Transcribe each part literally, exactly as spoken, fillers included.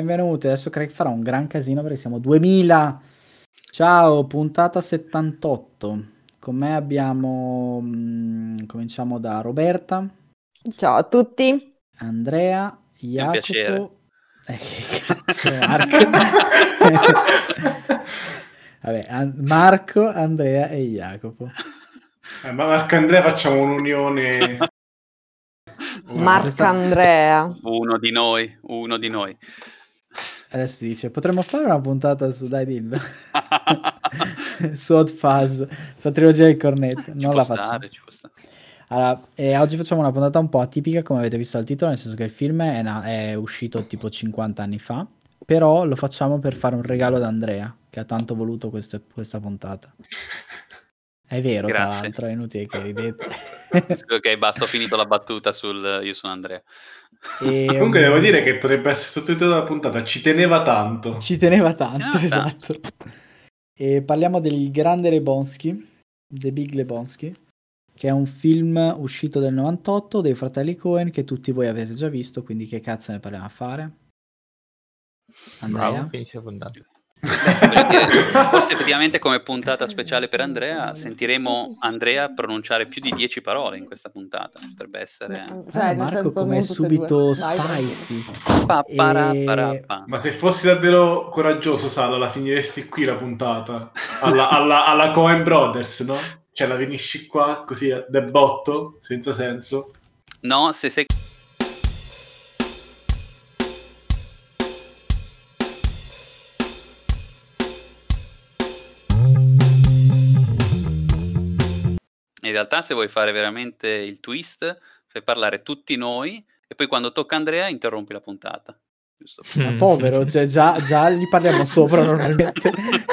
benvenuti. Adesso Craig farà un gran casino perché siamo duemila. Ciao, puntata settantotto. Con me abbiamo, mh, cominciamo da Roberta, Ciao a tutti. Andrea, È un piacere. Jacopo. Eh, che cazzo, Marco. Vabbè, An- Marco, Andrea e Jacopo. Eh, ma Marco Andrea facciamo un'unione. Marco Andrea. Uno di noi, uno di noi. Adesso dice, potremmo fare una puntata su Dai Dillo. Su Hot Fuzz, sulla trilogia del cornetto. Non Ci può la stare, facciamo. ci può stare. Allora, eh, oggi facciamo una puntata un po' atipica, come avete visto dal titolo, nel senso che il film è, na- è uscito tipo cinquanta anni fa, però lo facciamo per fare un regalo ad Andrea, che ha tanto voluto queste- questa puntata. È vero, tra Grazie. l'altro, è inutile che ridete. Ok, basta, ho finito la battuta sul io sono Andrea. E, Comunque um, devo dire che potrebbe essere sottotitolo della puntata, ci teneva tanto. Ci teneva tanto, Ah, esatto. E parliamo del grande Lebowski, The Big Lebowski, che è un film uscito del novantotto dei fratelli Coen che tutti voi avete già visto, quindi che cazzo ne parliamo a fare? Andrea? Bravo, finisce la puntata. Beh, voglio dire, forse effettivamente come puntata speciale per Andrea sentiremo Andrea pronunciare più di dieci parole in questa puntata. Potrebbe essere Cioè, Ah, nel Marco senso, come non tutte e subito due. Dai, spicy. Pa, para, E- para, pa. Ma se fossi davvero coraggioso, Sala, la finiresti qui la puntata. Alla, alla, alla Coen Brothers, no? Cioè la finisci qua, così, de botto, senza senso. No, se sei in realtà se vuoi fare veramente il twist, fai parlare tutti noi e poi quando tocca Andrea interrompi la puntata. Giusto? Ma povero, cioè già, già gli parliamo sopra normalmente.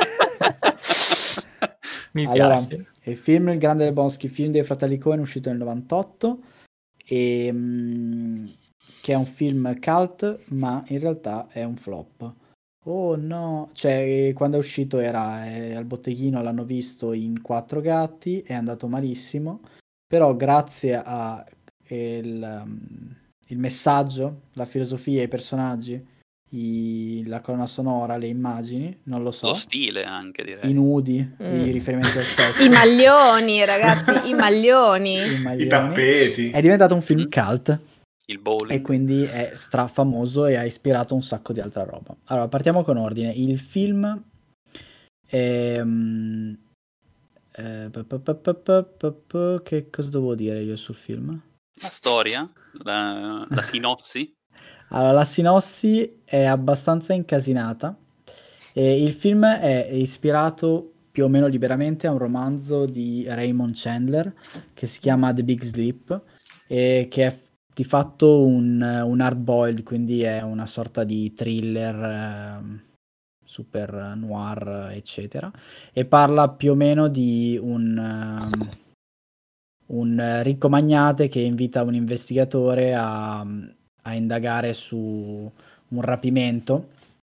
Mi Allora, piace. il film Il grande Lebowski, film dei fratelli Coen, uscito nel novantotto, e, mm, che è un film cult, ma in realtà è un flop. Oh no, cioè quando è uscito era eh, al botteghino, l'hanno visto in quattro gatti, è andato malissimo, però grazie a il, um, il messaggio, la filosofia, i personaggi, i- la colonna sonora, le immagini, non lo so, Lo stile anche, direi. i nudi, Mm. i riferimenti al sesso, I maglioni, ragazzi, i maglioni. i I maglioni, tappeti. è diventato un film Mm. cult. Il E bowling. quindi è strafamoso e ha ispirato un sacco di altra roba. Allora, partiamo con ordine. Il film è... mm, eh, pa- pa- pa- pa- pa- pa- pa- che cosa devo dire io sul film? La storia, la, la sinossi. Allora, la sinossi è abbastanza incasinata. E il film è ispirato più o meno liberamente a un romanzo di Raymond Chandler che si chiama The Big Sleep e che è di fatto un, un hard boiled, quindi è una sorta di thriller ehm, super noir, eccetera, e parla più o meno di un, ehm, un ricco magnate che invita un investigatore a, a indagare su un rapimento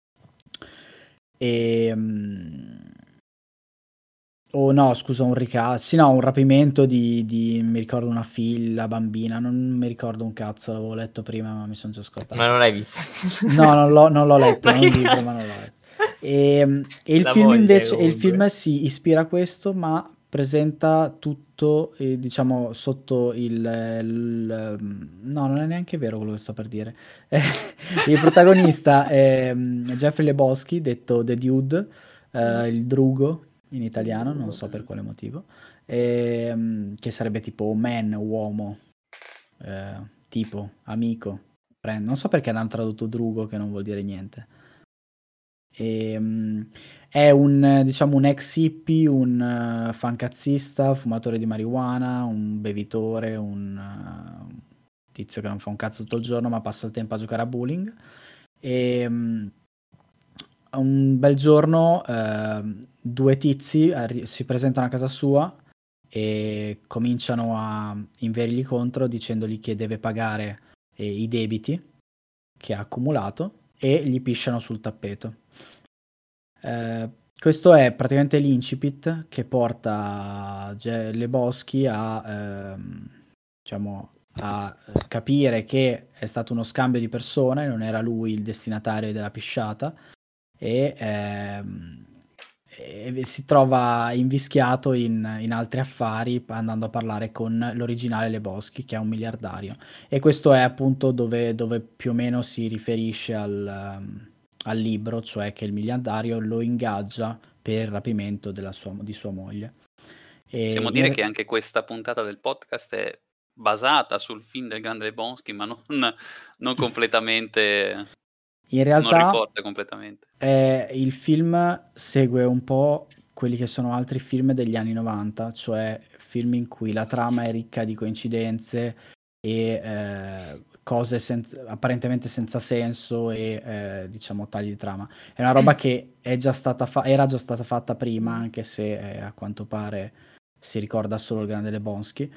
e mm, oh no, scusa, un ricatto, sì no, un rapimento di, di mi ricordo una figlia, bambina, non mi ricordo un cazzo, l'avevo letto prima ma mi sono già scordato. Ma non l'hai visto? No, non l'ho, non l'ho letto, Ma non che un libro, cazzo? ma non l'ho letto. E, e il La film voglia, invece, e il comunque. film si ispira a questo, ma presenta tutto, eh, diciamo, sotto il, il- no, non è neanche vero quello che sto per dire. Eh, il protagonista è mm, Jeffrey Lebowski, detto The Dude, eh, il drugo in italiano, non so per quale motivo, e, mm, che sarebbe tipo man, uomo, eh, tipo, amico. Friend. Non so perché l'hanno tradotto drugo, che non vuol dire niente. E, mm, è un, eh, diciamo, un ex hippie, un eh, fancazzista, fumatore di marijuana, un bevitore, un eh, tizio che non fa un cazzo tutto il giorno, ma passa il tempo a giocare a bowling. E mm, un bel giorno ehm, due tizi arri- si presentano a casa sua e cominciano a inveirgli contro dicendogli che deve pagare eh, i debiti che ha accumulato e gli pisciano sul tappeto. Eh, questo è praticamente l'incipit che porta Ge- Lebowski a, ehm, diciamo, a capire che è stato uno scambio di persone, non era lui il destinatario della pisciata, e, ehm, e si trova invischiato in, in altri affari andando a parlare con l'originale Lebowski, che è un miliardario. E questo è appunto dove, dove più o meno si riferisce al, um, al libro, cioè che il miliardario lo ingaggia per il rapimento della sua, di sua moglie. E Possiamo in dire re- che anche questa puntata del podcast è basata sul film del grande Lebowski, ma non, non completamente, in non realtà riporta completamente. eh, il film segue un po' quelli che sono altri film degli anni novanta, cioè film in cui la trama è ricca di coincidenze e eh, cose senza- apparentemente senza senso e eh, diciamo tagli di trama. È una roba che è già stata fa- era già stata fatta prima, anche se eh, a quanto pare si ricorda solo il grande Lebowski.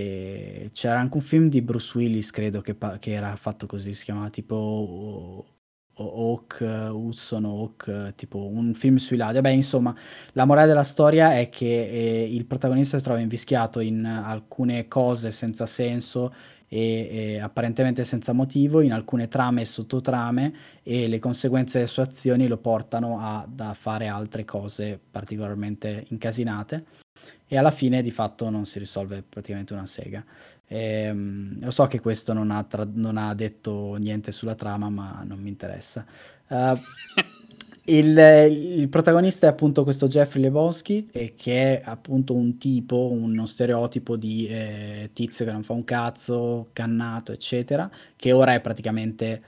E c'era anche un film di Bruce Willis, credo, che, pa- che era fatto così, si chiamava tipo o- o- Hawk, eh, Hudson Hawk, eh, tipo un film sui ladri. Vabbè, insomma, la morale della storia è che eh, il protagonista si trova invischiato in alcune cose senza senso e, e apparentemente senza motivo, in alcune trame e sottotrame, e le conseguenze delle sue azioni lo portano a, a fare altre cose particolarmente incasinate. E alla fine di fatto non si risolve praticamente una sega. Ehm, lo so che questo non ha, tra- non ha detto niente sulla trama, ma non mi interessa. Uh, il, il protagonista è appunto questo Jeffrey Lebowski, eh, che è appunto un tipo, uno stereotipo di eh, tizio che non fa un cazzo, cannato, eccetera, che ora è praticamente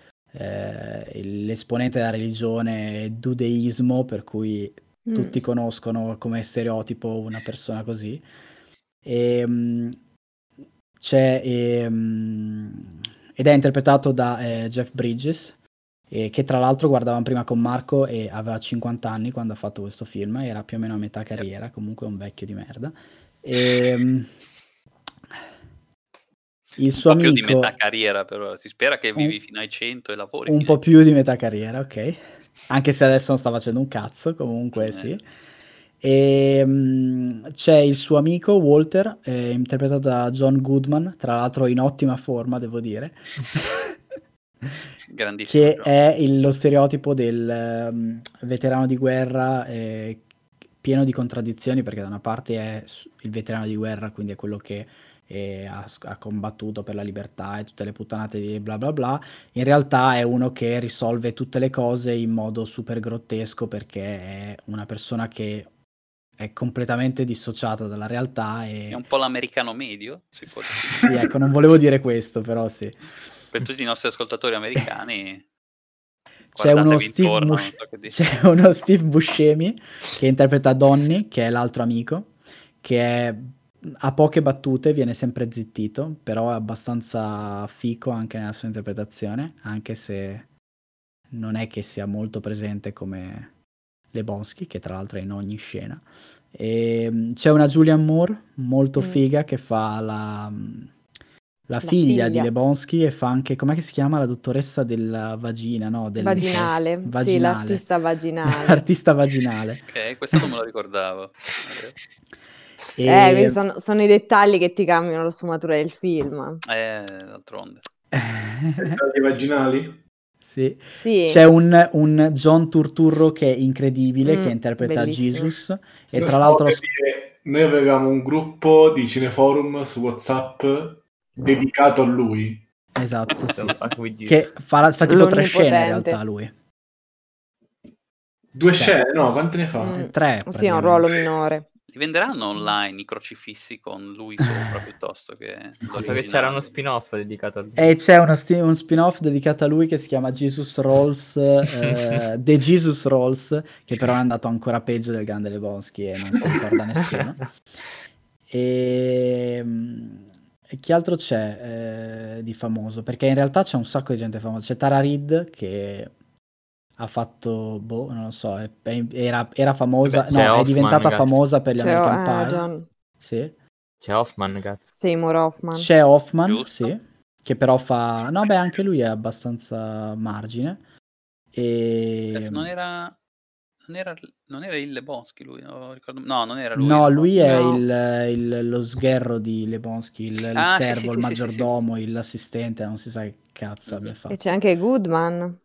eh, l'esponente della religione dudeismo, per cui tutti conoscono come stereotipo una persona così. E, mh, c'è, e, mh, ed è interpretato da eh, Jeff Bridges, eh, che tra l'altro guardavamo prima con Marco e aveva cinquanta anni quando ha fatto questo film, era più o meno a metà carriera, comunque un vecchio di merda. E, mh, il Un suo po' più di metà amico, carriera, però si spera che un, vivi fino ai cento e lavori un fino po' ai più di metà carriera, ok? Anche se adesso non sta facendo un cazzo, comunque Eh. sì. E, mh, c'è il suo amico Walter, eh, interpretato da John Goodman, tra l'altro in ottima forma, devo dire, Grandissimo che John. è il- lo stereotipo del um, veterano di guerra, eh, pieno di contraddizioni, perché da una parte è s- il veterano di guerra, quindi è quello che eh, ha, s- ha combattuto per la libertà e tutte le puttanate di bla bla bla. In realtà è uno che risolve tutte le cose in modo super grottesco, perché è una persona che è completamente dissociata dalla realtà È e un po' l'americano medio, si può sì, dire. ecco, non volevo dire questo, però sì. Per tutti i nostri ascoltatori americani, C'è uno guardatevi Steve, intorno, Mush- non so che dire. c'è uno Steve Buscemi che interpreta Donny, che è l'altro amico, che è, ha poche battute, viene sempre zittito, però è abbastanza fico anche nella sua interpretazione, anche se non è che sia molto presente come Lebowski, che tra l'altro è in ogni scena. E, c'è una Julianne Moore molto Mm. figa che fa la, la La figlia, di figlia. Lebowski, e fa anche, com'è che si chiama, la dottoressa della vagina, no? Del Vaginale, sì, vaginale. l'artista vaginale. L'artista vaginale. Ok, questo non me lo ricordavo. Eh, questi E... sono, sono i dettagli che ti cambiano la sfumatura del film. Eh, d'altronde. Dettagli vaginali? Sì. Sì. C'è un, un John Turturro che è incredibile, Mm, che interpreta bellissimo. Jesus, e Io tra stavo l'altro... per dire, noi avevamo un gruppo di cineforum su WhatsApp dedicato a lui. Esatto, sì. Don't fuck with you. Che fa, la- fa tipo tre scene in L'onnipotente. realtà lui. Due Cioè, scene? No, quante ne fa? Mm, tre, sì, è un praticamente. ruolo minore. Li venderanno online i crocifissi con lui sopra piuttosto che So che l'originale. c'era uno spin-off dedicato a lui. E c'è uno, sti- un spin-off dedicato a lui che si chiama Jesus Rolls, eh, The Jesus Rolls, che però è andato ancora peggio del grande Lebowski e non si ricorda nessuno. E, e chi altro c'è eh, di famoso? Perché in realtà c'è un sacco di gente famosa. C'è Tara Reid che ha fatto, boh, non lo so, è- è- era, era famosa, Vabbè, c'è no, è Hoffman, diventata cazzo. famosa per gli C'è American eh, Pie. John Sì. C'è Hoffman, cazzo. Seymour Hoffman. C'è Hoffman, Giusto. sì, che però fa... No, beh, anche lui è abbastanza margine. E... Eh, Non era Non era, non era il Lebowski lui, no, ricordo- no, non era lui. No, il lui Lebowski. è No. il, il- lo sgherro di Lebowski, il, il Ah, sì, servo, sì, il sì, sì, sì, sì. maggiordomo, il- l'assistente, non si sa che cazzo abbia Mhm. E fatto. c'è anche Goodman.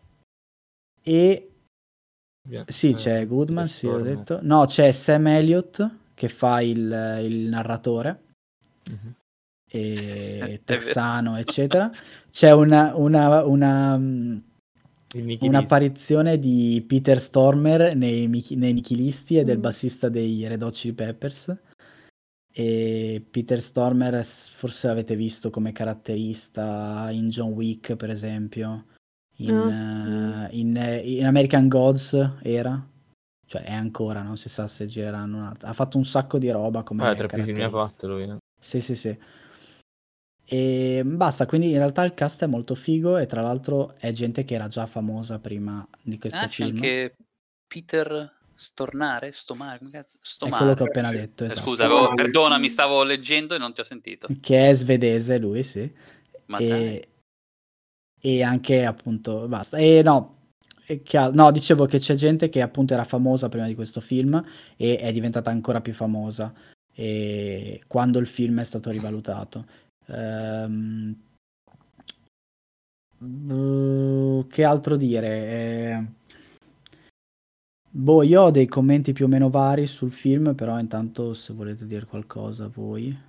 E Via. sì, Eh, c'è Goodman, Peter sì, ho Stormer. detto. No, c'è Sam Elliott che fa il, il narratore, Mhm. e È vero. texano, eccetera. C'è una, una, una, mm, Il nichilista. un'apparizione di Peter Stormer nei, Michi- nei Nichilisti e del Mm. bassista dei Red Hot Chili Peppers. E Peter Stormer, s- forse l'avete visto come caratterista in John Wick, per esempio. In, Ah, eh, in, eh, in American Gods era. Cioè è ancora, non si sa se gireranno un altro. Ha fatto un sacco di roba come Ah, troppi film ne ha caratterista. fatto lui. eh. Sì, sì, sì. E basta, quindi in realtà il cast è molto figo e tra l'altro è gente che era già famosa prima di questo Ah, c'è film. anche Peter Stornare, Stomare, come cazzo? È quello che ho Stomare. appena sì. detto, Eh, esatto. scusa, avevo- Stomare. perdonami, stavo leggendo e non ti ho sentito. Che è svedese lui, sì. Ma dai. E, e anche appunto basta. E no, e che al- no, dicevo che c'è gente che appunto era famosa prima di questo film e è diventata ancora più famosa e quando il film è stato rivalutato. Ehm, mm, che altro dire? Eh, boh, io ho dei commenti più o meno vari sul film, però intanto se volete dire qualcosa voi.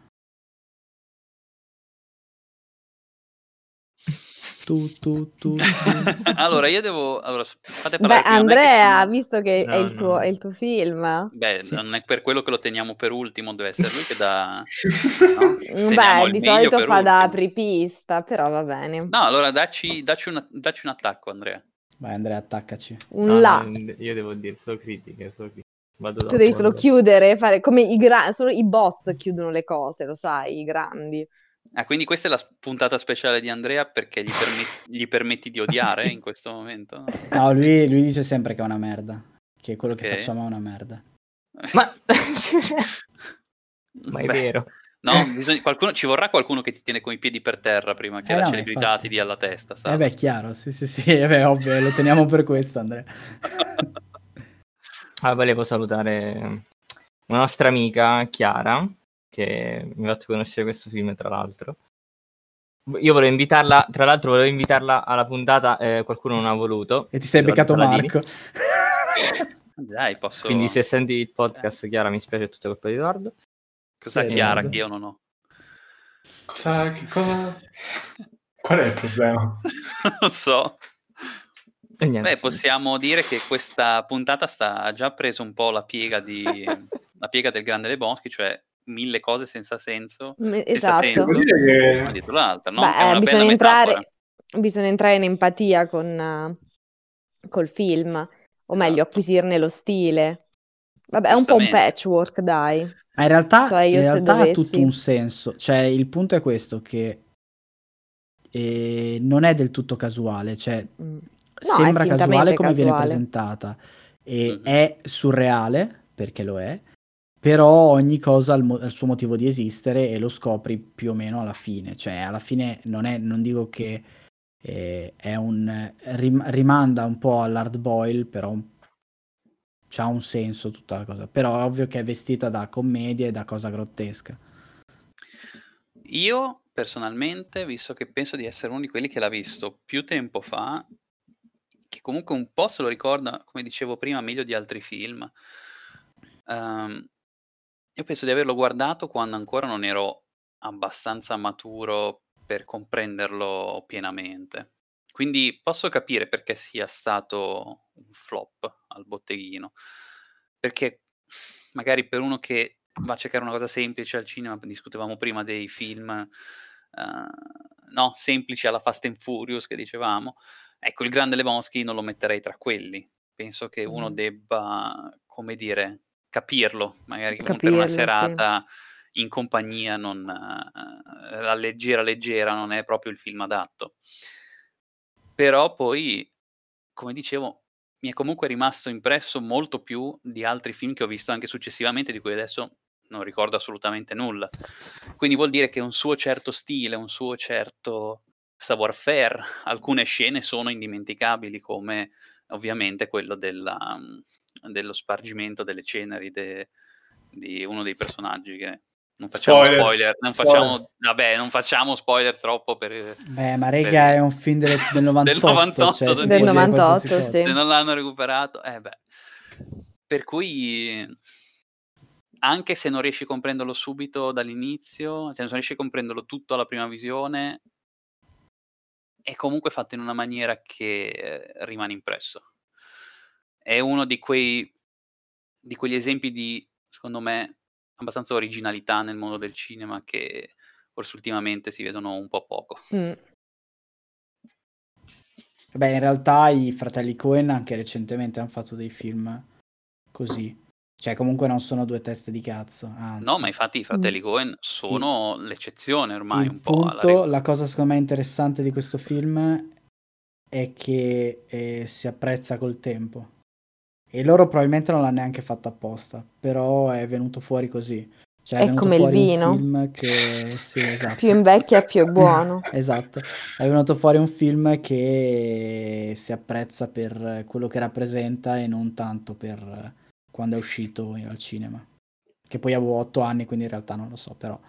Tu, tu, tu, tu. Allora, io devo... Allora, fate Beh, parlare prima me che Andrea, sono... visto che è No, il tuo, no. è il tuo film. Beh, Sì. non è per quello che lo teniamo per ultimo, deve essere lui che dà... No? Mm, Teniamo Beh, il di meglio solito per fa da ultimo. apripista, però va bene. No, allora dacci, dacci, una- dacci un attacco, Andrea. Vai Andrea, attaccaci. Un No, là. no, io devo dire solo critiche, solo critiche. Vado Tu dopo. devi solo vado dopo. chiudere, fare come i grandi, solo i boss chiudono le cose, lo sai, i grandi. Ah, quindi questa è la s- puntata speciale di Andrea perché gli, permet- gli permetti di odiare in questo momento? No? No, lui, lui dice sempre che è una merda. Che quello che Ok. facciamo è una merda. Ma... Ma è Beh, vero. no, bisogna- qualcuno, ci vorrà qualcuno che ti tiene con i piedi per terra prima che Eh la no, ma celebrità infatti. ti dia alla testa, Eh Sala. beh, chiaro, sì, sì, sì, eh beh, ovvio, lo teniamo per questo, Andrea. Ah, volevo salutare una nostra amica, Chiara, che mi ha fatto conoscere questo film, tra l'altro. Io volevo invitarla, tra l'altro volevo invitarla alla puntata, eh, qualcuno non ha voluto. E ti sei Edoardo beccato Saladini. Marco. Dai, posso... Quindi se senti il podcast, Chiara, mi spiace, è tutta colpa di Edoardo. Cos'ha Sì, Chiara Edoardo. che io non ho? Cosa, che cosa... Qual è il problema? Non so. E niente. Beh, possiamo dire che questa puntata sta ha già preso un po' la piega di la piega del Grande Lebowski, cioè mille cose senza senso, Mm, senza esatto. senso, Devo dire una che... dietro l'altra, no? Beh, È eh, una bella bisogna metafora. entrare, bisogna entrare in empatia con, eh, col film, o meglio, Esatto. acquisirne lo stile. Vabbè, è un po' un Giustamente. patchwork, dai. Ma in realtà, Cioè, in io se realtà ha tutto dovessi... un senso. Cioè, il punto è questo, che eh, non è del tutto casuale. Cioè, Mm. No, è sembra casuale fintamente come viene casuale. presentata. E Mhm. è surreale, perché lo è. Però ogni cosa ha il, mo- ha il suo motivo di esistere e lo scopri più o meno alla fine. Cioè, alla fine non è, non dico che eh, è un rim- rimanda un po' all'hard boil, però c'ha un senso tutta la cosa. Però è ovvio che è vestita da commedia e da cosa grottesca. Io personalmente, visto che penso di essere uno di quelli che l'ha visto più tempo fa, che comunque un po' se lo ricorda, come dicevo prima, meglio di altri film, ehm, io penso di averlo guardato quando ancora non ero abbastanza maturo per comprenderlo pienamente. Quindi posso capire perché sia stato un flop al botteghino, perché magari per uno che va a cercare una cosa semplice al cinema, discutevamo prima dei film, ehm, no, semplici alla Fast and Furious che dicevamo, ecco, il Grande Lebowski non lo metterei tra quelli. Penso che uno Mm. debba, come dire, capirlo, magari un per una Capirlo, sì. serata in compagnia, non ehm, alla leggera, leggera, non è proprio il film adatto. Però poi, come dicevo, mi è comunque rimasto impresso molto più di altri film che ho visto anche successivamente, di cui adesso non ricordo assolutamente nulla. Quindi vuol dire che un suo certo stile, un suo certo savoir faire, alcune scene sono indimenticabili, come ovviamente quello della mhmm, dello spargimento delle ceneri de di uno dei personaggi che non facciamo Spoiler. spoiler, non Spoiler. facciamo vabbè, non facciamo spoiler troppo per Beh, ma per rega, è un film del, del del novantotto, novantotto, cioè si Del può dire novantotto, qualsiasi cosa. sì. se non l'hanno recuperato, eh beh. Per cui anche se non riesci a comprenderlo subito dall'inizio, cioè se non riesci a comprenderlo tutto alla prima visione, è comunque fatto in una maniera che eh, rimane impresso. È uno di quei di quegli esempi di, secondo me, abbastanza originalità nel mondo del cinema che forse ultimamente si vedono un po' poco. Mm. Beh, in realtà i fratelli Coen anche recentemente hanno fatto dei film così. Cioè, comunque non sono due teste di cazzo, anzi. No, ma infatti i fratelli Coen sono l'eccezione ormai Il un po' alla punto, regola. la cosa secondo me interessante di questo film è che eh, si apprezza col tempo. E loro probabilmente non l'hanno neanche fatto apposta, però è venuto fuori così. Cioè è, È venuto come il fuori un vino. film che... Sì, esatto. Più invecchia più è buono. Esatto. È venuto fuori un film che si apprezza per quello che rappresenta e non tanto per quando è uscito al cinema. Che poi avevo otto anni, quindi in realtà non lo so, però...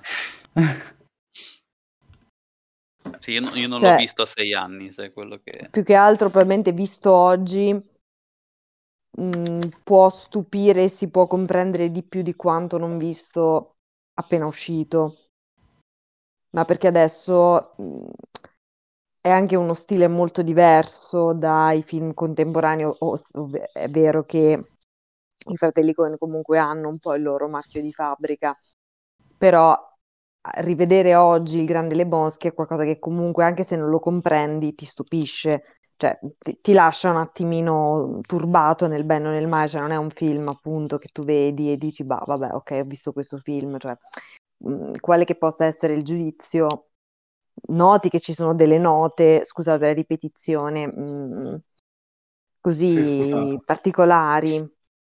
Sì, io, no- io non Cioè, l'ho visto a sei anni, se è quello che... più che altro probabilmente visto oggi mh, può stupire e si può comprendere di più di quanto non visto appena uscito. Ma perché adesso mh, è anche uno stile molto diverso dai film contemporanei, o- o- ov- è vero che i fratelli Coen comunque hanno un po' il loro marchio di fabbrica, però a- rivedere oggi Il Grande Lebowski è qualcosa che comunque, anche se non lo comprendi, ti stupisce, cioè ti, ti lascia un attimino turbato nel bene o nel male, cioè non è un film appunto che tu vedi e dici, bah, vabbè, ok, ho visto questo film, cioè mh, quale che possa essere il giudizio, noti che ci sono delle note, scusate la ripetizione, mh, Sì, così scusato. particolari.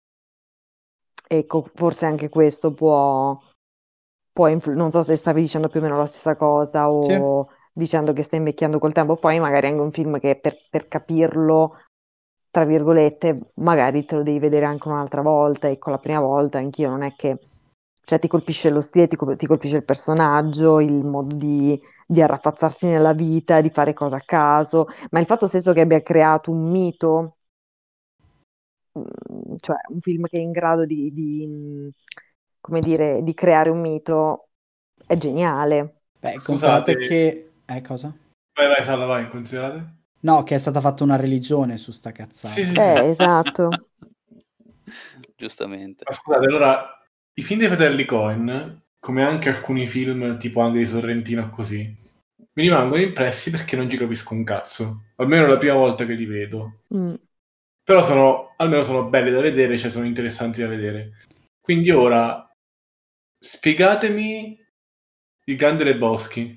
Ecco, forse anche questo può, può influ- non so se stavi dicendo più o meno la stessa cosa Sì. o dicendo che sta invecchiando col tempo, poi magari anche un film che per, per capirlo, tra virgolette, magari te lo devi vedere anche un'altra volta, ecco, la prima volta anch'io non è che, cioè ti colpisce lo stile, ti, col- ti colpisce il personaggio, il modo di, di arraffazzarsi nella vita, di fare cose a caso, ma il fatto stesso che abbia creato un mito, mm, cioè un film che è in grado di, di, mm, come dire, di creare un mito è geniale. Beh, Scusate. considerate che... Eh, cosa? Vai, vai, Sala, vai, considerate. No, che è stata fatta una religione su sta cazzata. Sì, sì, sì. Eh, esatto. Giustamente. Ma scusate, allora, i film dei fratelli Coen, come anche alcuni film tipo anche di Sorrentino così, mi rimangono impressi perché non ci capisco un cazzo. Almeno la prima volta che li vedo. Mm. Però sono, almeno sono belli da vedere, cioè sono interessanti da vedere. Quindi ora, spiegatemi Il Grande Lebowski.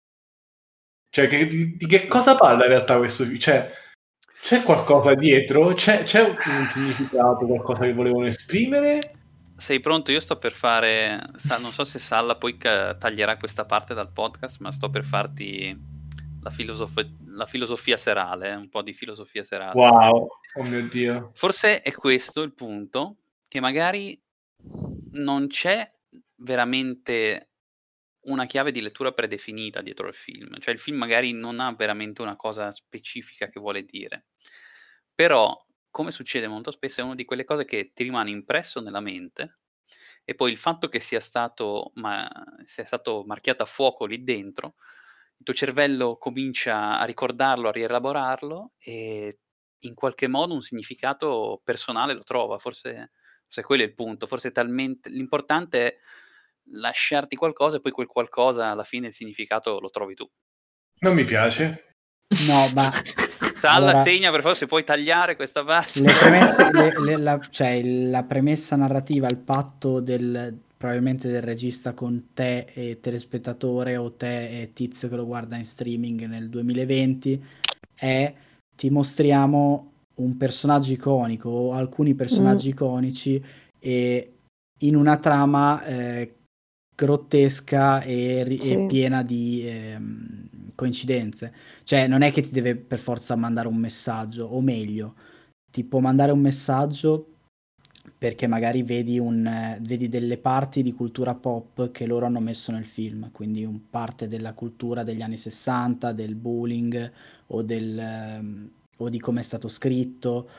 Cioè, che, di, di che cosa parla in realtà questo film? Cioè, c'è qualcosa dietro? C'è, c'è un significato, qualcosa che volevano esprimere? Sei pronto? Io sto per fare, sa- non so se Salla poi ca- taglierà questa parte dal podcast, ma sto per farti la, filosof- la filosofia serale, un po' di filosofia serale. Wow, oh mio Dio. Forse è questo il punto, che magari non c'è veramente una chiave di lettura predefinita dietro al film, cioè il film magari non ha veramente una cosa specifica che vuole dire, però come succede molto spesso è una di quelle cose che ti rimane impresso nella mente e poi il fatto che sia stato, ma, sia stato marchiato a fuoco lì dentro, il tuo cervello comincia a ricordarlo, a rielaborarlo e in qualche modo un significato personale lo trova, forse, forse quello è il punto, forse è talmente l'importante è lasciarti qualcosa e poi quel qualcosa alla fine il significato lo trovi tu. Non mi piace. No, ma... Salla, allora, segna per favore se puoi tagliare questa parte. le premesse, le- le- la, cioè la premessa narrativa, il patto del, probabilmente del regista con te e telespettatore o te e tizio che lo guarda in streaming nel duemilaventi è ti mostriamo un personaggio iconico o alcuni personaggi Mm. iconici e in una trama eh, grottesca e, ri- e Sì. piena di ehm, coincidenze. Cioè, non è che ti deve per forza mandare un messaggio, o meglio, ti può mandare un messaggio perché magari vedi, un, vedi delle parti di cultura pop che loro hanno messo nel film, quindi un parte della cultura degli anni sessanta, del bullying o, del, ehm, o di come è stato scritto,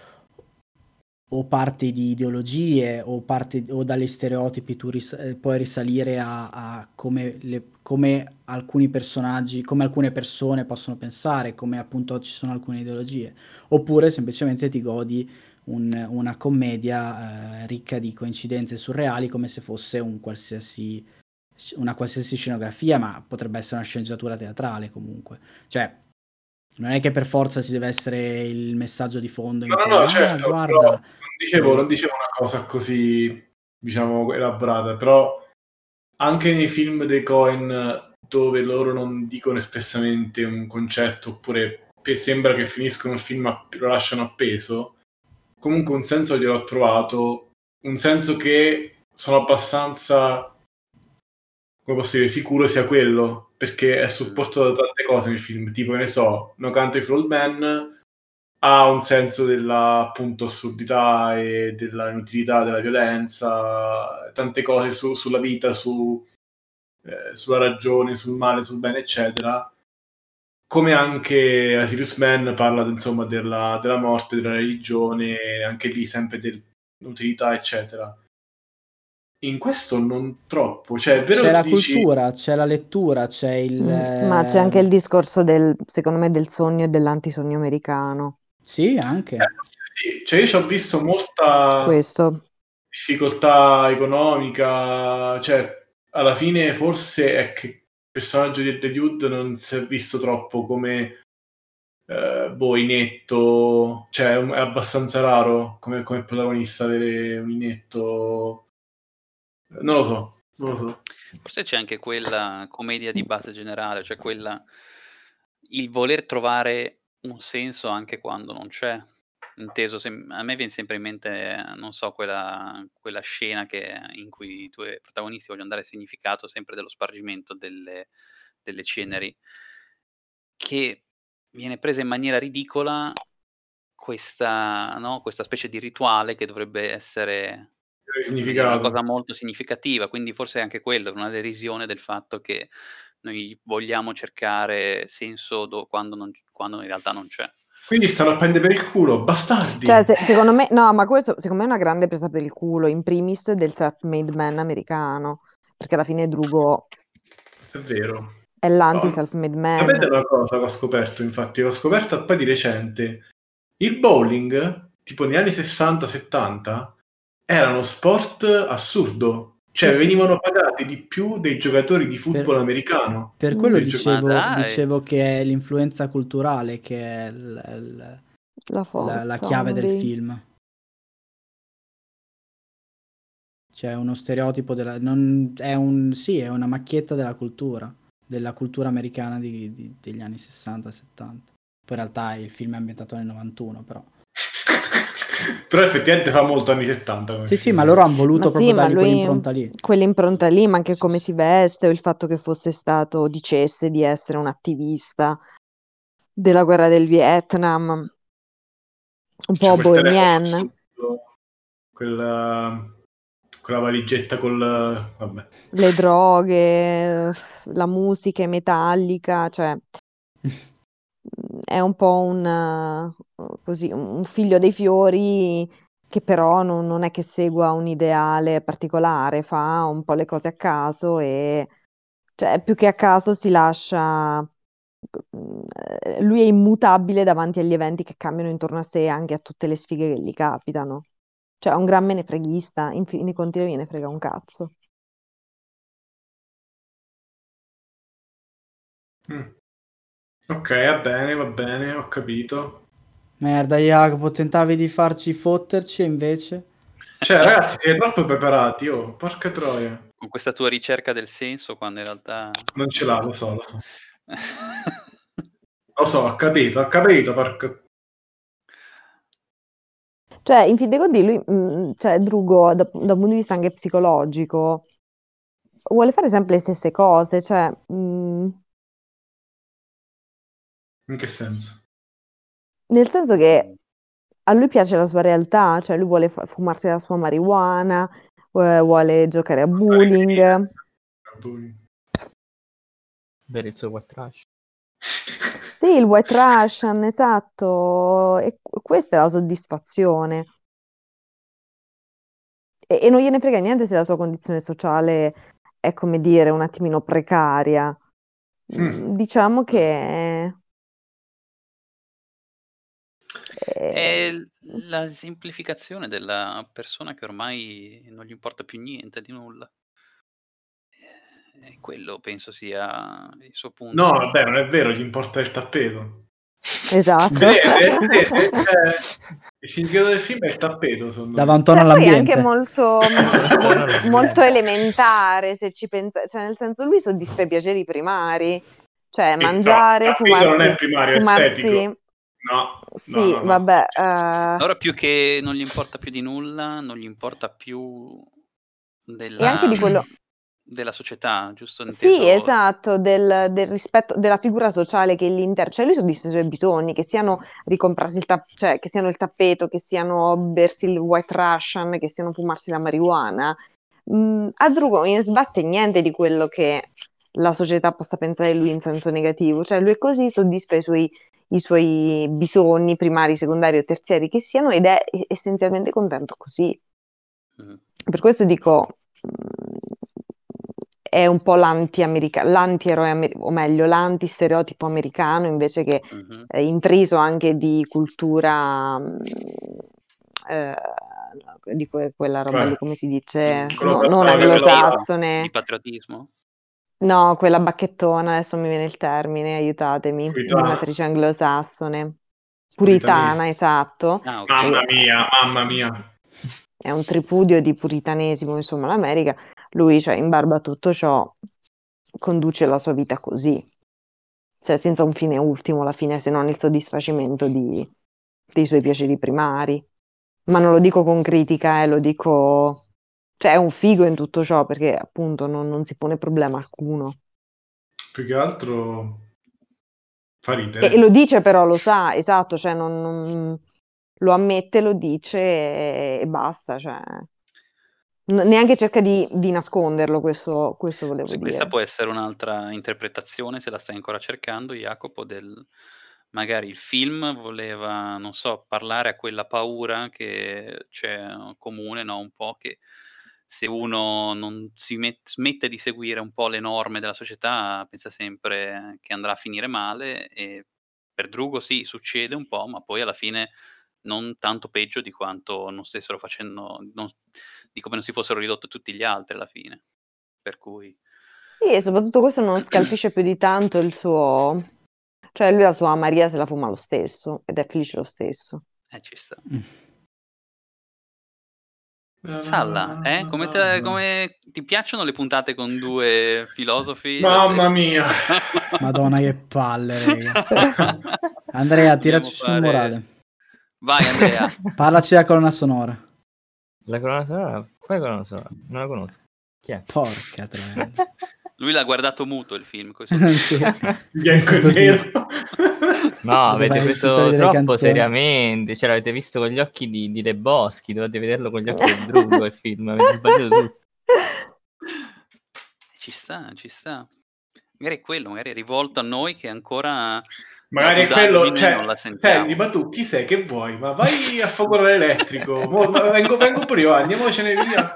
o parti di ideologie o, parti, o dagli stereotipi tu ris- eh, puoi risalire a, a come, le, come alcuni personaggi, come alcune persone possono pensare, come appunto ci sono alcune ideologie, oppure semplicemente ti godi un- una commedia eh, ricca di coincidenze surreali come se fosse un qualsiasi, una qualsiasi scenografia, ma potrebbe essere una sceneggiatura teatrale comunque. Cioè, non è che per forza ci deve essere il messaggio di fondo in No, cui, no, no, ah, certo, però guarda, non dicevo, non eh, dicevo una cosa così, diciamo, elaborata, però anche nei film dei Coen dove loro non dicono espressamente un concetto oppure pe- sembra che finiscono il film app- lo lasciano appeso, comunque un senso gliel'ho trovato, un senso che sono abbastanza, come posso dire, sicuro sia quello, perché è supportato da tante cose nel film, tipo, che ne so, No Country for Old Men ha un senso della appunto assurdità e della inutilità della violenza, tante cose su- sulla vita, su, eh, sulla ragione, sul male, sul bene, eccetera. Come anche a Sirius Man parla insomma della, della morte, della religione, anche lì sempre dell'utilità, eccetera. In questo non troppo, cioè è vero c'è che la tu dici cultura, c'è la lettura, c'è il... Mm, ma c'è anche il eh, discorso del, secondo me, del sogno e dell'antisogno americano. sì, eh, anche. forse sì, cioè io ci ho visto molta Questo. difficoltà economica, cioè alla fine forse è che il personaggio di Ed Wood non si è visto troppo come eh, boh, inetto, cioè è un- è abbastanza raro come, come protagonista avere un inetto, non lo so, non lo so. Forse c'è anche quella commedia di base generale, cioè quella il voler trovare un senso anche quando non c'è. Inteso sem a me vien sempre in mente, eh, non so, quella quella scena che in cui i due protagonisti vogliono dare significato sempre dello spargimento delle delle ceneri, che viene presa in maniera ridicola questa no, questa specie di rituale che dovrebbe essere Il come dire, una significato. cosa molto significativa, quindi forse è anche quello, una derisione del fatto che noi vogliamo cercare senso do quando non c quando in realtà non c'è. Quindi stanno a prendere per il culo, bastardi! Cioè, se- secondo me, no, ma questo secondo me è una grande presa per il culo, in primis del self-made man americano, perché alla fine Drugo È vero. è No, l'anti-self-made sapete man. una cosa che ho scoperto, infatti, l'ho scoperta poi di recente. Il bowling, tipo negli anni sessanta settanta, era uno sport assurdo. Cioè, Sì, sì. venivano pagati di più dei giocatori di football Per, americano. per Mm. quello Dei gio- Ma dicevo, dai! dicevo che è l'influenza culturale che è il- il- La la, la forza, chiave uno del dei... film. C'è uno stereotipo della... Non, è un, sì, è una macchietta della cultura, della cultura americana di- di- degli anni sessanta settanta. Poi in realtà il film è ambientato nel novantuno, però. Però effettivamente fa molto anni settanta come Sì, sì, film. ma loro hanno Ma voluto sì, proprio ma dargli lui quell'impronta lì. quell'impronta lì, ma anche come si veste, o il fatto che fosse stato, dicesse di essere un attivista della guerra del Vietnam, un C'è po' quel telefono bohemian, assurdo, quella, quella valigetta col... vabbè. le droghe, la musica metallica, cioè è un po' un, eh, così, un figlio dei fiori che però non, non è che segua un ideale particolare, fa un po' le cose a caso e cioè, più che a caso si lascia, mm, eh, lui è immutabile davanti agli eventi che cambiano intorno a sé, anche a tutte le sfighe che gli capitano. Cioè, è un gran menefreghista, in fin dei conti non gliene frega un cazzo. Mm. Ok, va bene, va bene, ho capito. Merda, Jacopo, tentavi di farci fotterci e invece... Cioè, ragazzi, siete troppo preparati, oh, porca troia. Con questa tua ricerca del senso quando in realtà Non ce non l'ha, c'è. lo so, lo so. Lo so, ho capito, ho capito, porca... Cioè, in fin dei conti, lui, mm, cioè, Drugo, da, da un punto di vista anche psicologico, vuole fare sempre le stesse cose, cioè, mm, In che senso? nel senso che a lui piace la sua realtà, cioè lui vuole fa- fumarsi la sua marijuana, eh, vuole giocare a bowling. Per il suo white trash. Sì, il white Russian, esatto, e qu- questa è la soddisfazione. E, e non gliene frega niente se la sua condizione sociale è, come dire, un attimino precaria. Mm. Mm, Diciamo che... È eh, l- la semplificazione della persona che ormai non gli importa più niente di nulla. E quello penso sia il suo punto. No, vabbè, non è vero, gli importa il tappeto. Esatto. Vedete? Vedete? Cioè, il significato del film è il tappeto, secondo Dava me. un tono Cioè, poi è anche all'ambiente. molto, mm, mol- No, no, molto no. elementare se ci pensate, cioè nel senso lui soddisfa i piaceri primari, cioè Il mangiare, tappeto non è fumarsi, primario, è fumarsi, estetico. No, sì, no, no, no. vabbè, eh, Ora più che non gli importa più di nulla, non gli importa più e anche della, di quello, della società, giusto sì, inteso? esatto, del, del rispetto della figura sociale che l'inter, cioè lui soddisfa i suoi bisogni, che siano ricomprarsi il tap- cioè che siano il tappeto, che siano bersi il white Russian, che siano fumarsi la marijuana. Mm, a Drugo non gliene sbatte niente di quello che la società possa pensare di lui in senso negativo, cioè lui è così, soddisfa i suoi, i suoi bisogni primari, secondari o terziari che siano ed è essenzialmente contento così. Mhm. Per questo dico, mh, è un po' l'anti-america- l'anti-eroe, amer- o meglio, l'anti-stereotipo americano invece che Mhm. eh, intriso anche di cultura, mh, eh, di que- quella roba lì, Cioè, come si dice? Mm, quello No, che non stava capendo patriottismo, là. di anglosassone, patriottismo? no, quella bacchettona, adesso mi viene il termine, aiutatemi, di Puritana. matrice anglosassone. Puritanesimo. Puritana, esatto. Ah, ok. Mamma E- mia, mamma mia. è un tripudio di puritanesimo, insomma, l'America, lui, cioè, in barba a tutto ciò, conduce la sua vita così, cioè senza un fine ultimo alla fine, se non il soddisfacimento di- dei suoi piaceri primari. Ma non lo dico con critica, eh, lo dico... Cioè, è un figo in tutto ciò, perché appunto non, non si pone problema alcuno. Più che altro fa E, ridere. e lo dice però, lo sa, esatto, cioè non, non- lo ammette, lo dice e, e basta, cioè... N- neanche cerca di, di nasconderlo, questo, questo volevo Sì, questa dire. può essere un'altra interpretazione, se la stai ancora cercando, Jacopo, del magari il film voleva, non so, parlare a quella paura che c'è comune, no? Un po' che se uno non si met- smette di seguire un po' le norme della società, pensa sempre che andrà a finire male e per Drugo sì, succede un po', ma poi alla fine non tanto peggio di quanto non stessero facendo, non- di come non si fossero ridotti tutti gli altri alla fine. Per cui Sì, e soprattutto questo non scalfisce più di tanto il suo... Cioè lui la sua Maria se la fuma lo stesso ed è felice lo stesso. eh, ci sta. Mm. Salla, eh? Come, te- come ti piacciono le puntate con due filosofi? La Mamma se- mia. Madonna che palle, raga. Andrea, Dobbiamo tiraci sul fare- morale. Vai Andrea. Parlaci della colonna sonora. La colonna sonora? Quale colonna sonora? Non la conosco. Chi è? Porca troia. Lui l'ha guardato muto il film. coi Sì. sottotitoli. Bianco e nero. No, Dove avete vai, preso titoli delle troppo canzoni. seriamente. Cioè, l'avete visto con gli occhi di, di De Boschi. Dovete vederlo con gli occhi del Drugo il film. Avete sbagliato tutto. Ci sta, ci sta. Magari è quello, magari è rivolto a noi che ancora Magari la è quello, Dudaggine cioè, non la sentiamo. senti, ma tu chi sei, che vuoi? Ma vai a focolare elettrico, mo- vengo, vengo pure io, andiamocene via.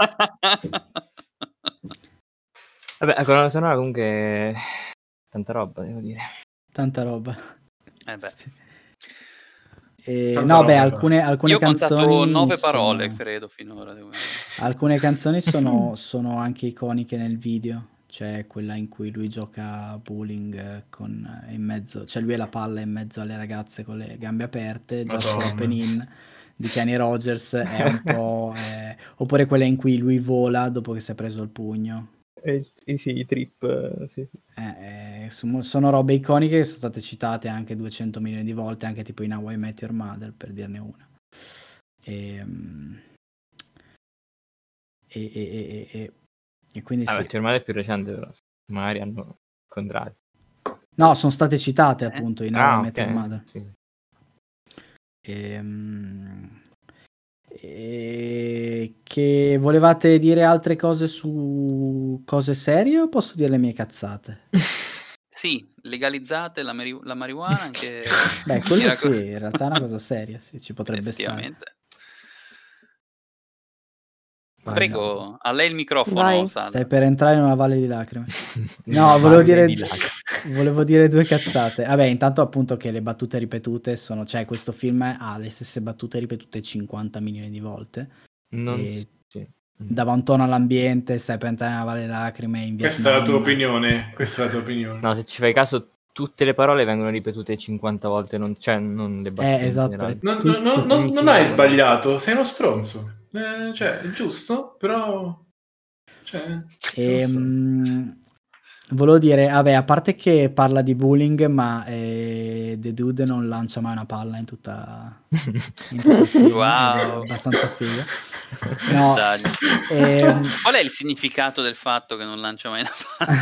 Vabbè, la colonna sonora comunque... Tanta roba, devo dire. Tanta roba. Eh beh. Sì. E, Tanta no, roba beh, e alcune, alcune Io ho contato canzoni nove sono- parole, credo, finora. devo- alcune canzoni sono, sono anche iconiche nel video. C'è quella in cui lui gioca a bowling eh, con eh, in mezzo, cioè lui e la palla in mezzo alle ragazze con le gambe aperte, Just for Madonna. Open In di Kenny Rogers è un po'... eh, oppure quella in cui lui vola dopo che si è preso il pugno. Eh, sì, i trip, sì. Eh, eh, sono, sono robe iconiche che sono state citate anche duecento milioni di volte, anche tipo in How I Met Your Mother, per dirne una. E, mm, e, e, e, e, e quindi Ah, sì. beh, Your Mother è più recente però. Magari hanno incontrato. No, sono state citate Eh? appunto in How Ah, I Met ok. Your Mother. Sì. Ehm, e che volevate dire altre cose su cose serie o posso dire le mie cazzate? Sì, legalizzate la mari la marijuana anche Beh, mi quello sì, racco in realtà è una cosa seria, sì, ci potrebbe stare. effettivamente. Vai, Prego, a lei il microfono, Vai. Stai Sandra. per entrare in una valle di lacrime. Una No, volevo valle dire di lacrime. volevo dire due cazzate. Vabbè, intanto appunto che le battute ripetute sono cioè questo film ha le stesse battute ripetute cinquanta milioni di volte. Non E sì. dava un tono all'ambiente, stai per entrare nella valle di lacrime in Questa è la tua Vietnam. opinione. Questa è la tua opinione. No, se ci fai caso, tutte le parole vengono ripetute cinquanta volte, non, cioè non le battute Eh, in esatto, generale. è Non, tutto- non- non- non- Ogni non hai singolo- sbagliato, sei uno stronzo. Eh, cioè, è giusto, però... Cioè, sei uno E, stronzo. mh, volevo dire, vabbè, a parte che parla di bullying, ma eh, The Dude non lancia mai una palla in tutta in tutto il film ed è Wow. abbastanza figo. No, Dai. ehm, Qual è il significato del fatto che non lancia mai una palla?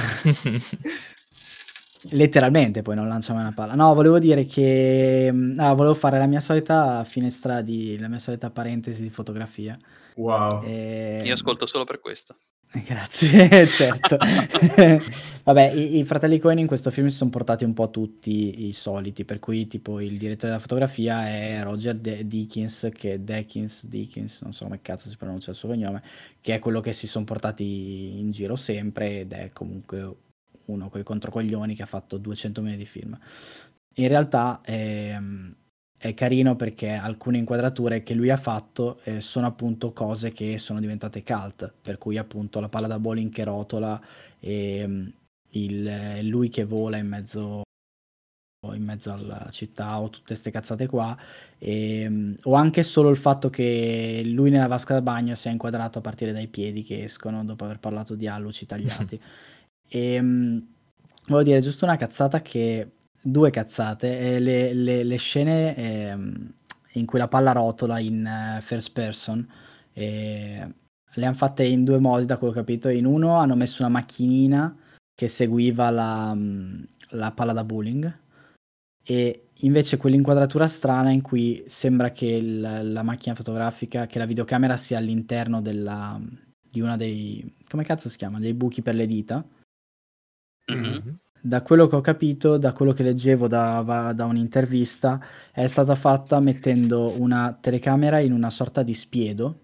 letteralmente poi non lancia mai una palla. No, volevo dire che mh, ah, volevo fare la mia solita finestra di la mia solita parentesi di fotografia. Wow. Ehm, Io ascolto solo per questo. Grazie, certo. Vabbè, i, i fratelli Coen in questo film si sono portati un po' tutti i soliti, per cui tipo il direttore della fotografia è Roger De- Deakins, che Deakins, Deakins, non so come cazzo si pronuncia il suo cognome, che è quello che si sono portati in giro sempre ed è comunque uno coi controcoglioni che ha fatto duecento milioni di film. In realtà ehm, è carino perché alcune inquadrature che lui ha fatto eh, sono appunto cose che sono diventate cult, per cui appunto la palla da bowling che rotola e mm, il, eh, lui che vola in mezzo in mezzo alla città o tutte ste cazzate qua e, mm, o anche solo il fatto che lui nella vasca da bagno sia inquadrato a partire dai piedi che escono dopo aver parlato di alluci tagliati. E mh, volevo dire giusto una cazzata che due cazzate eh, le, le- le scene ehm, in cui la palla rotola in eh, first person eh, le hanno fatte in due modi da quello che ho capito. In uno hanno messo una macchinina che seguiva la, mh, la palla da bowling e invece quell'inquadratura strana in cui sembra che il- la macchina fotografica, che la videocamera sia all'interno della, di una dei, come cazzo si chiama, dei buchi per le dita. Mhm. Da quello che ho capito, da quello che leggevo da, va- da un'intervista, è stata fatta mettendo una telecamera in una sorta di spiedo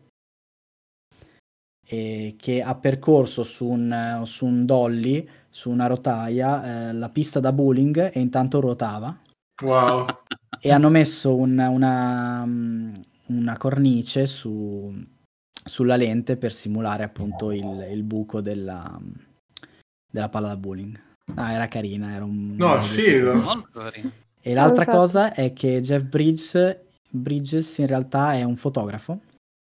e che ha percorso su un, su un dolly, su una rotaia, eh, la pista da bowling e intanto ruotava. Wow. E hanno messo un- una, mm, una cornice su- sulla lente per simulare appunto il, il buco della, della palla da bowling. Ah, era carina, era un No, è obiettivo. figo. Molto carino. E l'altra Infatti. cosa è che Jeff Bridges, Bridges in realtà è un fotografo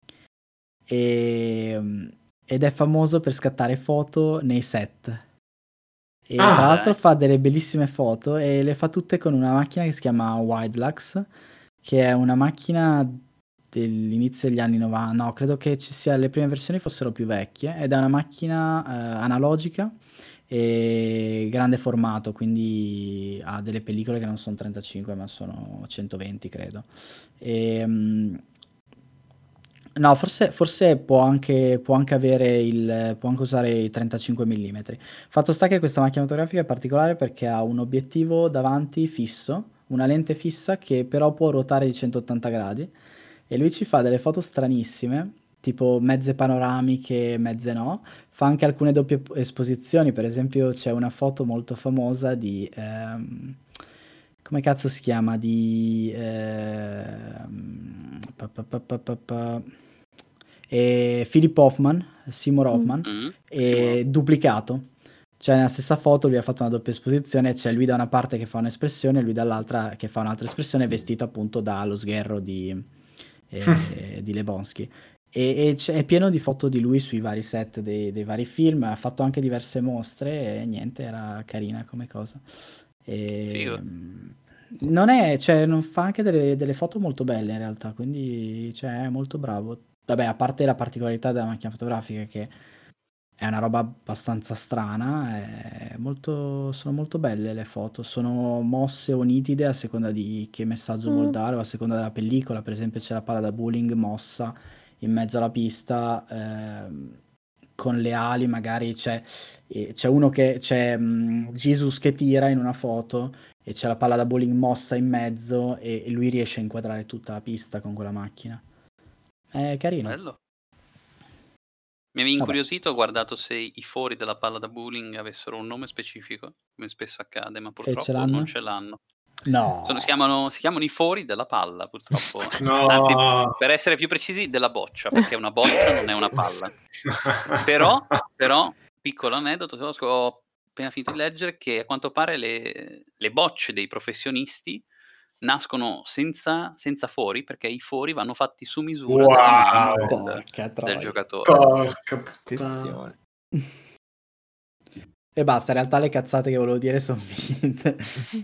e- ed è famoso per scattare foto nei set. E Ah. tra l'altro Dai. fa delle bellissime foto e le fa tutte con una macchina che si chiama Widelux, che è una macchina dell'inizio degli anni novanta, no, credo che ci sia, le prime versioni fossero più vecchie, ed è una macchina eh, analogica e grande formato, quindi ha delle pellicole che non sono trentacinque ma sono centoventi credo. E, mm, no, forse, forse può anche, può anche avere il, può anche usare i trentacinque millimetri. Fatto sta che questa macchina fotografica è particolare perché ha un obiettivo davanti fisso, una lente fissa che però può ruotare di centottanta gradi e lui ci fa delle foto stranissime, tipo mezze panoramiche, mezze no. Fa anche alcune doppie p- esposizioni, per esempio c'è una foto molto famosa di... ehm, come cazzo si chiama? Di... ehm, pa- pa- pa- pa- pa- pa- e Philip Hoffman, Seymour Hoffman, Mm. e duplicato. Cioè nella stessa foto lui ha fatto una doppia esposizione, c'è lui da una parte che fa un'espressione e lui dall'altra che fa un'altra espressione, vestito appunto dallo sgherro di, eh, di Lebowski. E, e c'è- è pieno di foto di lui sui vari set dei, dei vari film, ha fatto anche diverse mostre e niente, era carina come cosa. E, Figo. mm, non è, cioè, non fa anche delle, delle foto molto belle in realtà, quindi cioè, è molto bravo. Vabbè, a parte la particolarità della macchina fotografica che è una roba abbastanza strana, è molto, sono molto belle le foto, sono mosse o nitide a seconda di che messaggio vuol Mm. dare o a seconda della pellicola. Per esempio c'è la palla da bowling mossa in mezzo alla pista, ehm, con le ali magari c'è, eh, c'è uno che c'è mm, Jesus che tira in una foto e c'è la palla da bowling mossa in mezzo e, e lui riesce a inquadrare tutta la pista con quella macchina. È carino. Bello. Mi avevi Vabbè. incuriosito, ho guardato se i fori della palla da bowling avessero un nome specifico, come spesso accade, ma E ce purtroppo l'hanno? non ce l'hanno. No. Sono, si, chiamano, si chiamano i fori della palla, purtroppo. No. Anzi, per essere più precisi, della boccia, perché una boccia non è una palla. Però, però, piccolo aneddoto, ho appena finito di leggere che a quanto pare le, le bocce dei professionisti nascono senza, senza fori, perché i fori vanno fatti su misura Wow. delle mani del, Porca del troia. giocatore. Porca puttana. Attenzione. E basta, in realtà le cazzate che volevo dire sono finite.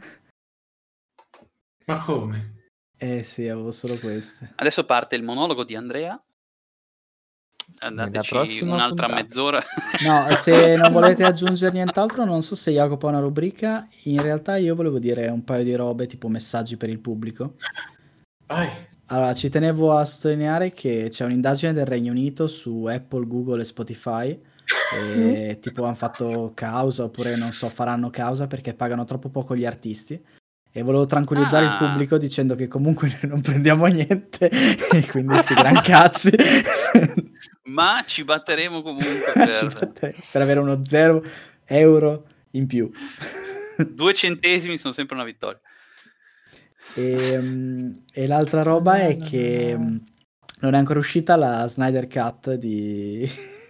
Ma come? Eh sì, avevo solo queste. Adesso parte il monologo di Andrea. Nella Andateci prossima un'altra puntata. mezz'ora. No, se non volete aggiungere nient'altro, non so se Jacopo ha una rubrica. In realtà io volevo dire un paio di robe, tipo messaggi per il pubblico. Vai. Allora, ci tenevo a sottolineare che c'è un'indagine del Regno Unito su Apple, Google e Spotify. E tipo hanno fatto causa, oppure non so, faranno causa perché pagano troppo poco gli artisti. E volevo tranquillizzare il Ah. pubblico dicendo che comunque noi non prendiamo niente e quindi sti gran cazzi. Ma ci batteremo comunque Ci per batteremo per avere uno zero euro in più. due centesimi, sono sempre una vittoria. E, mm, e l'altra roba è che mm, non è ancora uscita la Snyder Cut di,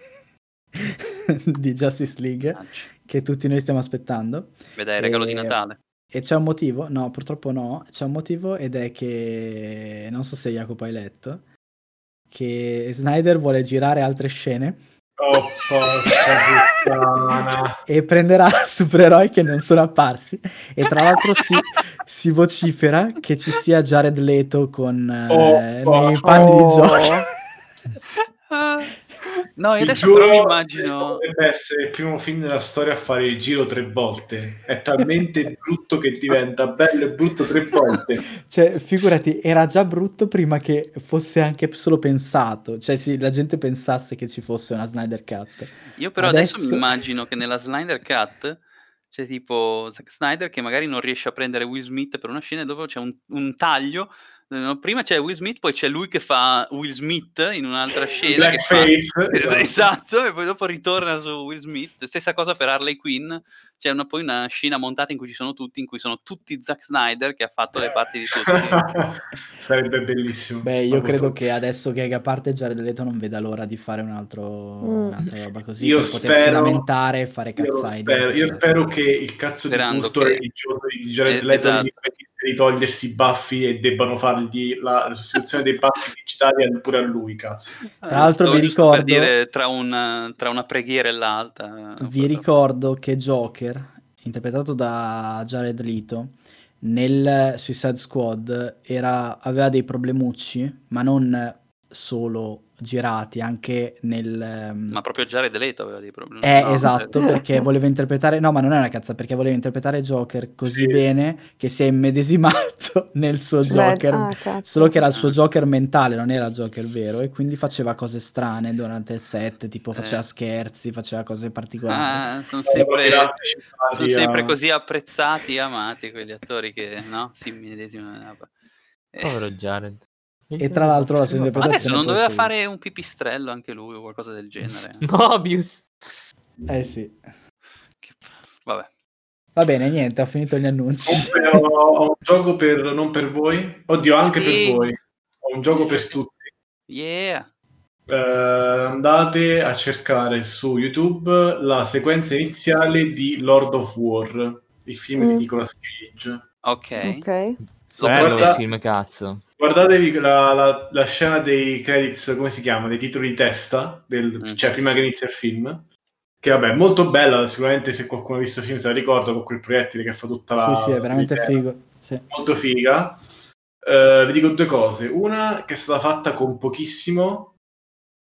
di Justice League, Mannaggia. che tutti noi stiamo aspettando. Beh, dai, regalo di E- Natale. E c'è un motivo, no, purtroppo no, c'è un motivo ed è che, non so se Jacopo hai letto, che Snyder vuole girare altre scene Oh, porca puttana. e prenderà supereroi che non sono apparsi e tra l'altro si, si vocifera che ci sia Jared Leto con eh, Oh, nei panni oh. di Joker. Ah. No, io Ti adesso giuro, però mi questo immagino. potrebbe essere il primo film della storia a fare il giro tre volte. È talmente brutto che diventa bello e brutto tre volte. Cioè, figurati, era già brutto prima che fosse anche solo pensato, cioè sì, la gente pensasse che ci fosse una Snyder Cut. Io però adesso, Adesso- mi immagino che nella Snyder Cut c'è tipo Zack Snyder che magari non riesce a prendere Will Smith per una scena e dopo c'è un, un taglio. No, prima c'è Will Smith, poi c'è lui che fa Will Smith in un'altra scena. Che fa... Blackface. Es- esatto, e poi dopo ritorna su Will Smith. Stessa cosa per Harley Quinn. C'è una, poi una scena montata in cui ci sono tutti, in cui sono tutti Zack Snyder che ha fatto le parti di tutti. Sarebbe bellissimo. Beh, io Ma credo purtroppo- che adesso che a parte Jared Leto non veda l'ora di fare un altro, Mm. un'altra roba così Io per potersi spero- lamentare e fare Io, lo cazzai. spero, io spero che il cazzo Sperando di culto che- religioso di Jared Eh, Leto esatto. gli permetta di togliersi i baffi e debbano fargli la, la sostituzione dei baffi digitali pure a lui, cazzo. Tra l'altro Stavo vi giusto per ricordo- dire tra una, tra una preghiera e l'altra. Vi ricordo che Joker, interpretato da Jared Leto, nel Suicide Squad era, aveva dei problemucci, ma non solo girati, anche nel... ehm, Ma proprio Jared Leto aveva dei problemi. Eh, No, esatto, cioè- perché voleva interpretare... No, ma non è una cazza, perché voleva interpretare Joker così Sì. bene che si è immedesimato nel suo Beh, Joker, ah, cazzo. solo che era il suo Ah. Joker mentale, non era il Joker vero, e quindi faceva cose strane durante il set, tipo Sì. faceva scherzi, faceva cose particolari. Ah, sono Sono sempre, filati, filati sono a- sempre così apprezzati e amati quegli attori che no? si immedesimano. Eh, Povero Jared. E tra l'altro la sua ma interpretazione adesso non può doveva essere- fare un pipistrello anche lui o qualcosa del genere? Mobius. Eh sì. Che- Vabbè. Va bene, niente, ho finito gli annunci. Comunque ho, ho un gioco per non per voi, oddio anche Sì. per voi, ho un gioco per tutti. Yeah. Eh, andate a cercare su YouTube la sequenza iniziale di Lord of War, il film Mm. di Nicolas Cage. Ok. Ok. Lo Bello guarda- quel film, cazzo. Guardatevi la, la- la scena dei credits, come si chiama, dei titoli di testa, del- Mm. cioè prima che inizia il film, che vabbè è molto bella, sicuramente se qualcuno ha visto il film se la ricorda, con quel proiettile che fa tutta la... Sì, sì, è veramente l'idea. figo. Sì. Molto figa. Eh, vi dico due cose. Una che è stata fatta con pochissimo,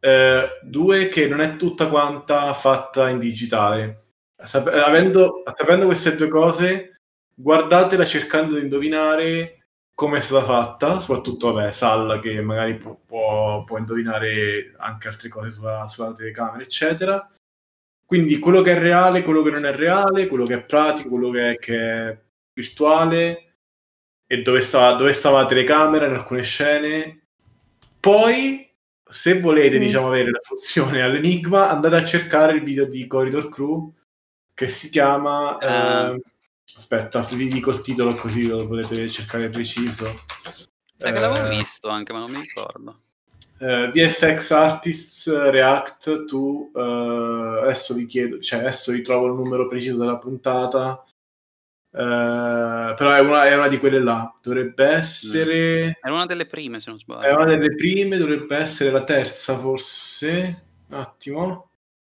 Eh, due, che non è tutta quanta fatta in digitale. Sap- avendo, sapendo queste due cose, guardatela cercando di indovinare come è stata fatta, soprattutto vabbè, Salla che magari può, può, può indovinare anche altre cose sulla, sulla telecamera, eccetera. Quindi quello che è reale, quello che non è reale, quello che è pratico, quello che è, che è virtuale, e dove stava, dove stava la telecamera in alcune scene. Poi, se volete, Mm. diciamo, avere la soluzione all'enigma, andate a cercare il video di Corridor Crew, che si chiama... Ah. eh, aspetta, vi dico il titolo così lo potete cercare preciso. Sai che l'avevo Eh, visto anche, ma non mi ricordo. eh, V F X Artists React to... eh, adesso vi chiedo, cioè adesso ritrovo il numero preciso della puntata, eh, però è una, è una di quelle là. Dovrebbe essere... Era una delle prime, se non È sbaglio. una delle prime, dovrebbe essere la terza forse. Un attimo.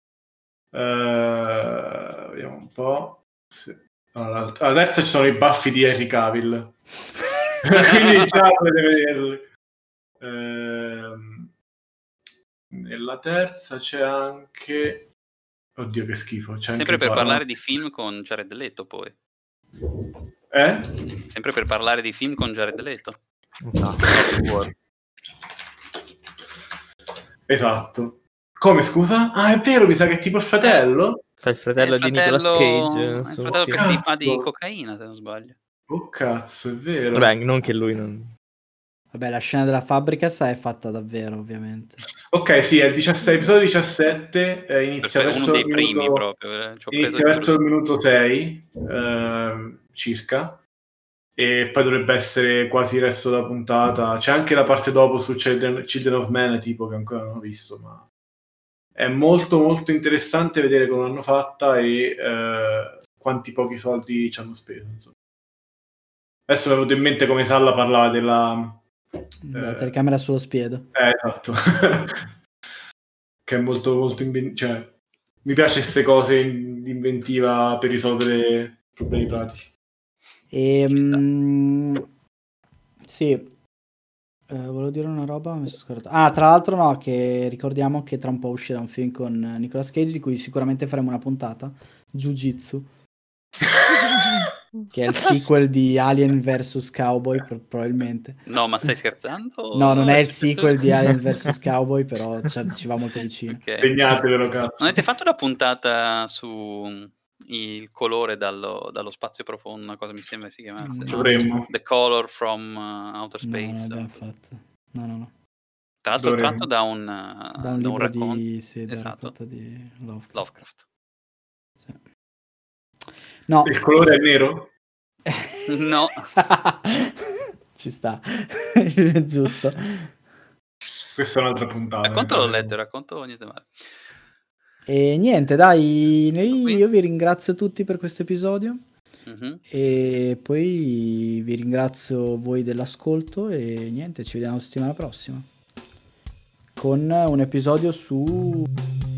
Eh, vediamo un po'. Sì. Allora, la, alla terza ci sono i baffi di Henry Cavill. Quindi già potete vederli. Ehm, nella terza c'è anche... Oddio che schifo. C'è Sempre anche per qua, parlare no? di film con Jared Leto, poi. Eh? Sempre per parlare di film con Jared Leto. Esatto. Come, scusa? Ah, è vero, mi sa che è tipo il fratello. Fa il fratello, È il di Nicolas fratello- Cage. è il su- fratello che Cazzo. si fa di cocaina, se non sbaglio. Oh cazzo, è vero. Vabbè, non che lui non... Vabbè, la scena della fabbrica sa è fatta davvero, ovviamente. Ok, sì, è il diciassette, episodio diciassette, eh, inizia Perfetto, verso uno dei il primi minuto, proprio. eh, ci ho preso inizia il verso il titolo. minuto sei, ehm, circa, e poi dovrebbe essere quasi il resto della puntata. C'è anche la parte dopo su Children, Children of Men, tipo, che ancora non ho visto, ma è molto molto interessante vedere come l'hanno fatta e eh, quanti pochi soldi ci hanno speso, insomma. Adesso mi è venuto in mente come Salla parlava della... La eh, telecamera sullo spiedo. Eh, esatto. Che è molto, molto inven- cioè, mi piace queste cose in- di inventiva per risolvere problemi pratici. E, Ci sta. mm, sì, eh, volevo dire una roba, mi sono scordato. Ah, tra l'altro no, che ricordiamo che tra un po' uscirà un film con Nicolas Cage di cui sicuramente faremo una puntata, Jiu-Jitsu, che è il sequel di Alien versus Cowboy, pro- probabilmente. No, ma stai scherzando? No, non è il È successo? sequel di Alien versus Cowboy, però ci, ci va molto vicino. Ok. Segnatevelo, cazzo. Non avete fatto una puntata su il colore dallo, dallo spazio profondo, una cosa mi sembra si chiamasse, no? Dovremmo. The Color from uh, Outer No, non Space. l'abbiamo fatto. No, no, no. Tra l'altro Dovremmo. tratto da un, uh, Da un da un libro racconto. di, sì, da un Esatto. racconto di Lovecraft. Lovecraft. Sì. No. Il colore è nero? No. Ci sta. Giusto. Questa è un'altra puntata. Racconto ne l'ho parleremo. letto, racconto niente male. E niente, dai, noi- Qui? io vi ringrazio tutti per questo episodio Mhm. e poi vi ringrazio voi dell'ascolto e niente, ci vediamo la settimana prossima con un episodio su